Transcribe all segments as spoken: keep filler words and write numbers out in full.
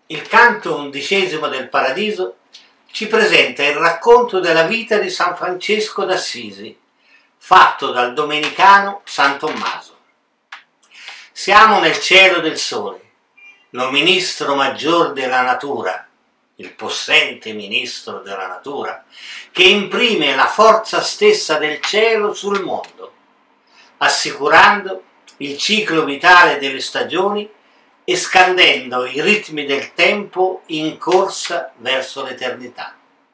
Il canto undicesimo del Paradiso ci presenta il racconto della vita di San Francesco d'Assisi, fatto dal domenicano San Tommaso. Siamo nel cielo del sole, lo ministro maggior della natura, il possente ministro della natura, che imprime la forza stessa del cielo sul mondo, assicurando il ciclo vitale delle stagioni e scandendo i ritmi del tempo in corsa verso l'eternità.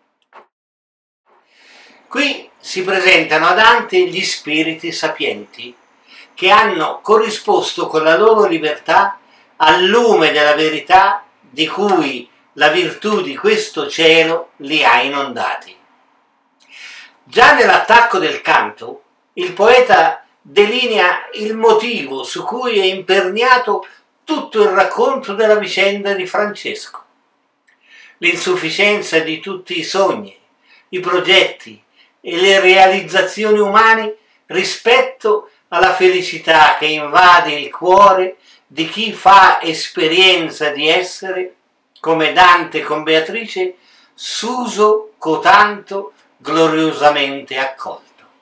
Qui si presentano a Dante gli spiriti sapienti che hanno corrisposto con la loro libertà al lume della verità di cui la virtù di questo cielo li ha inondati. Già nell'attacco del canto, il poeta delinea il motivo su cui è imperniato tutto il racconto della vicenda di Francesco. L'insufficienza di tutti i sogni, i progetti e le realizzazioni umane rispetto alla felicità che invade il cuore di chi fa esperienza di essere, come Dante con Beatrice, suso cotanto gloriosamente accolto.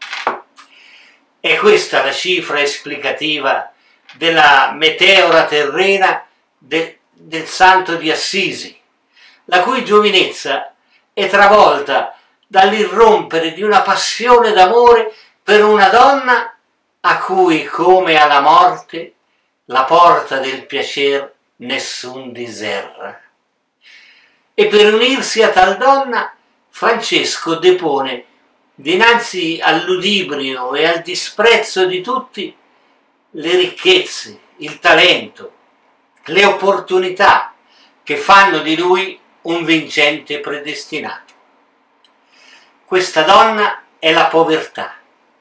È questa la cifra esplicativa della meteora terrena de, del santo di Assisi, la cui giovinezza è travolta dall'irrompere di una passione d'amore per una donna a cui, come alla morte, la porta del piacer nessun diserra. E per unirsi a tal donna, Francesco depone, dinanzi al ludibrio e al disprezzo di tutti, le ricchezze, il talento, le opportunità che fanno di lui un vincente predestinato. Questa donna è la povertà,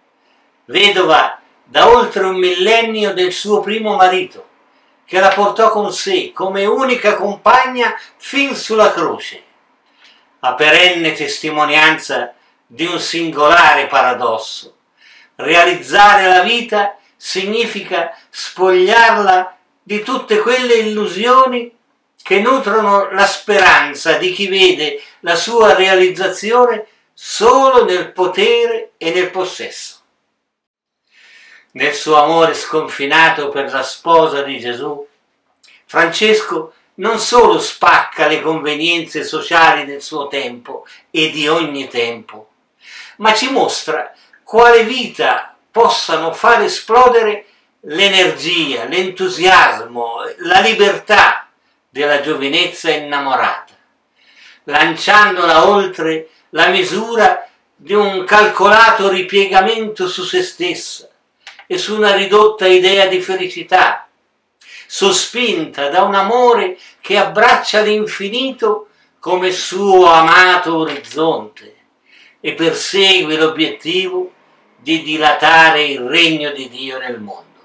vedova da oltre un millennio del suo primo marito, che la portò con sé come unica compagna fin sulla croce, a perenne testimonianza di un singolare paradosso. Realizzare la vita significa spogliarla di tutte quelle illusioni che nutrono la speranza di chi vede la sua realizzazione solo nel potere e nel possesso. Nel suo amore sconfinato per la sposa di Gesù, Francesco non solo spacca le convenienze sociali del suo tempo e di ogni tempo, ma ci mostra quale vita possano far esplodere l'energia, l'entusiasmo, la libertà della giovinezza innamorata, lanciandola oltre la misura di un calcolato ripiegamento su se stessa e su una ridotta idea di felicità, sospinta da un amore che abbraccia l'infinito come suo amato orizzonte e persegue l'obiettivo di dilatare il regno di Dio nel mondo.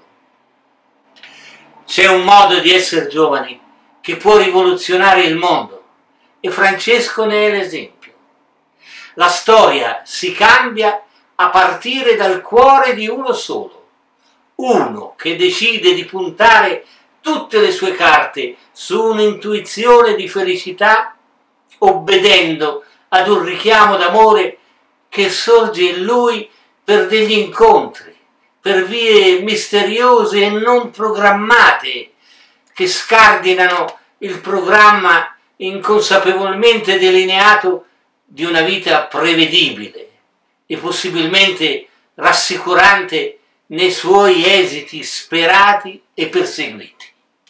C'è un modo di essere giovani che può rivoluzionare il mondo e Francesco ne è l'esempio. La storia si cambia a partire dal cuore di uno solo, uno che decide di puntare tutte le sue carte su un'intuizione di felicità, obbedendo ad un richiamo d'amore che sorge in lui per degli incontri, per vie misteriose e non programmate che scardinano il programma inconsapevolmente delineato di una vita prevedibile e possibilmente rassicurante nei suoi esiti sperati e perseguiti.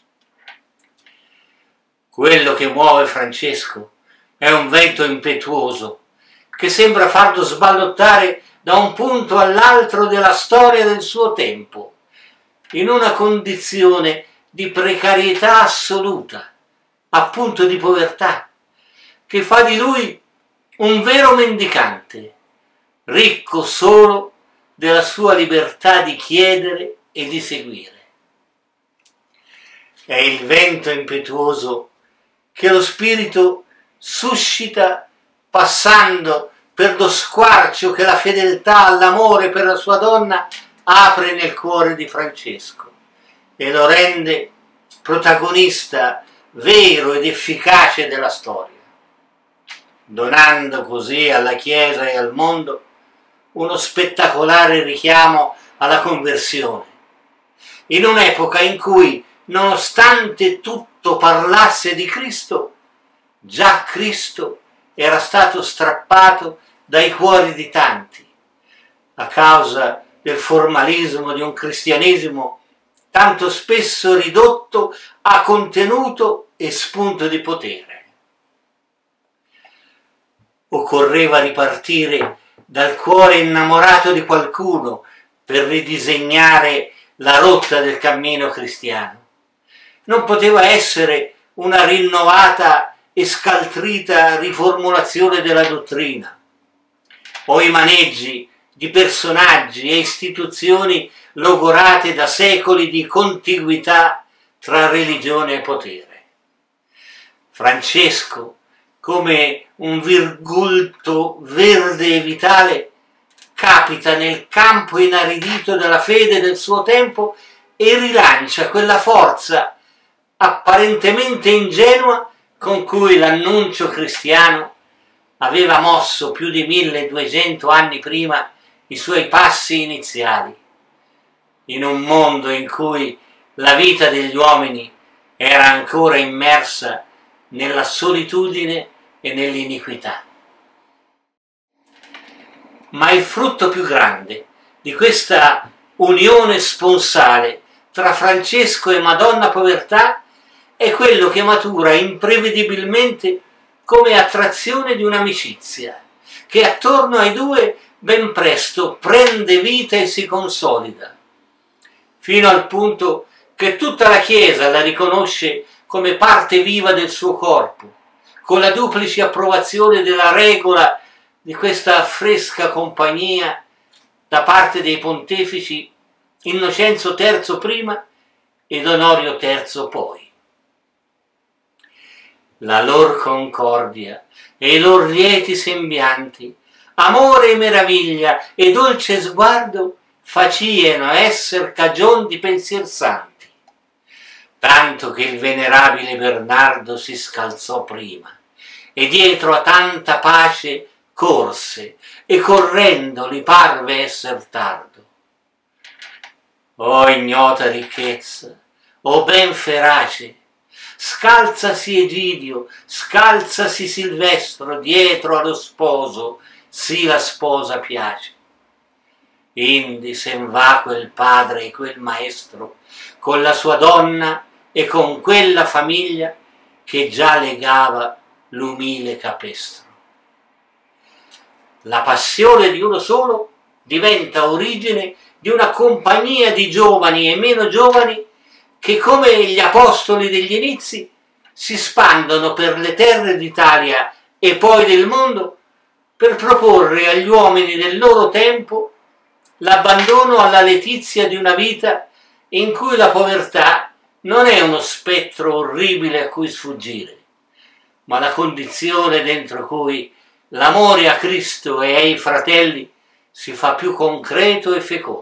Quello che muove Francesco è un vento impetuoso che sembra farlo sballottare da un punto all'altro della storia del suo tempo, in una condizione di precarietà assoluta, appunto di povertà, che fa di lui un vero mendicante, ricco solo della sua libertà di chiedere e di seguire. È il vento impetuoso che lo spirito suscita passando per lo squarcio che la fedeltà all'amore per la sua donna apre nel cuore di Francesco e lo rende protagonista vero ed efficace della storia, donando così alla Chiesa e al mondo uno spettacolare richiamo alla conversione, in un'epoca in cui, nonostante tutto parlasse di Cristo, già Cristo era stato strappato dai cuori di tanti, a causa del formalismo di un cristianesimo tanto spesso ridotto a contenuto e spunto di potere. Occorreva ripartire dal cuore innamorato di qualcuno per ridisegnare la rotta del cammino cristiano. Non poteva essere una rinnovata e scaltrita riformulazione della dottrina, o i maneggi di personaggi e istituzioni logorate da secoli di contiguità tra religione e potere. Francesco, come un virgulto verde e vitale, capita nel campo inaridito della fede del suo tempo e rilancia quella forza apparentemente ingenua con cui l'annuncio cristiano aveva mosso più di milleduecento anni prima i suoi passi iniziali, in un mondo in cui la vita degli uomini era ancora immersa nella solitudine e nell'iniquità. Ma il frutto più grande di questa unione sponsale tra Francesco e Madonna Povertà è quello che matura imprevedibilmente come attrazione di un'amicizia, che attorno ai due ben presto prende vita e si consolida, fino al punto che tutta la Chiesa la riconosce come parte viva del suo corpo, con la duplice approvazione della regola di questa fresca compagnia da parte dei pontefici Innocenzo terzo prima ed Onorio terzo poi. La lor concordia e i lor lieti sembianti, amore e meraviglia e dolce sguardo facieno esser cagion di pensier santi, tanto che il venerabile Bernardo si scalzò prima e dietro a tanta pace corse e correndo li parve esser tardo. O ignota ricchezza, o ben ferace, scalzasi Egidio, scalzasi Silvestro dietro allo sposo, sì la sposa piace. Indi sen va quel padre e quel maestro, con la sua donna e con quella famiglia che già legava l'umile capestro. La passione di uno solo diventa origine di una compagnia di giovani e meno giovani che, come gli apostoli degli inizi, si spandono per le terre d'Italia e poi del mondo per proporre agli uomini del loro tempo l'abbandono alla letizia di una vita in cui la povertà non è uno spettro orribile a cui sfuggire, ma la condizione dentro cui l'amore a Cristo e ai fratelli si fa più concreto e fecondo.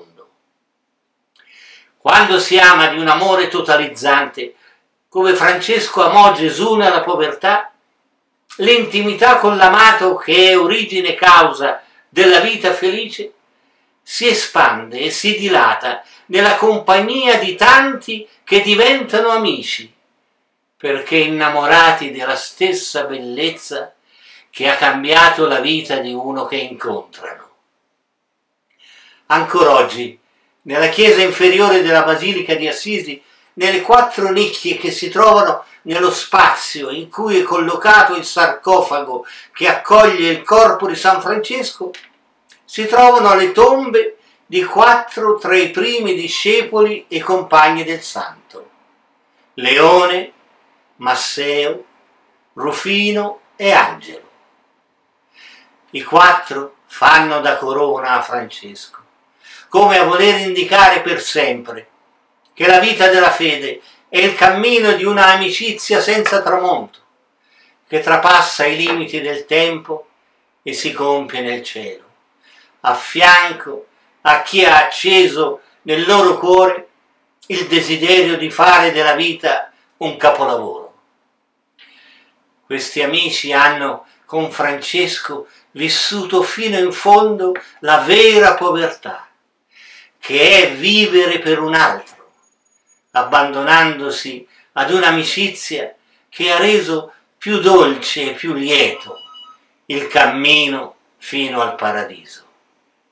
Quando si ama di un amore totalizzante, come Francesco amò Gesù nella povertà, l'intimità con l'amato, che è origine e causa della vita felice, si espande e si dilata nella compagnia di tanti che diventano amici, perché innamorati della stessa bellezza che ha cambiato la vita di uno che incontrano. Ancora oggi, nella chiesa inferiore della Basilica di Assisi, nelle quattro nicchie che si trovano nello spazio in cui è collocato il sarcofago che accoglie il corpo di San Francesco, si trovano le tombe di quattro tra i primi discepoli e compagni del santo: Leone, Masseo, Rufino e Angelo. I quattro fanno da corona a Francesco, come a voler indicare per sempre che la vita della fede è il cammino di una amicizia senza tramonto, che trapassa i limiti del tempo e si compie nel cielo, a fianco a chi ha acceso nel loro cuore il desiderio di fare della vita un capolavoro. Questi amici hanno con Francesco vissuto fino in fondo la vera povertà, che è vivere per un altro, abbandonandosi ad un'amicizia che ha reso più dolce e più lieto il cammino fino al paradiso.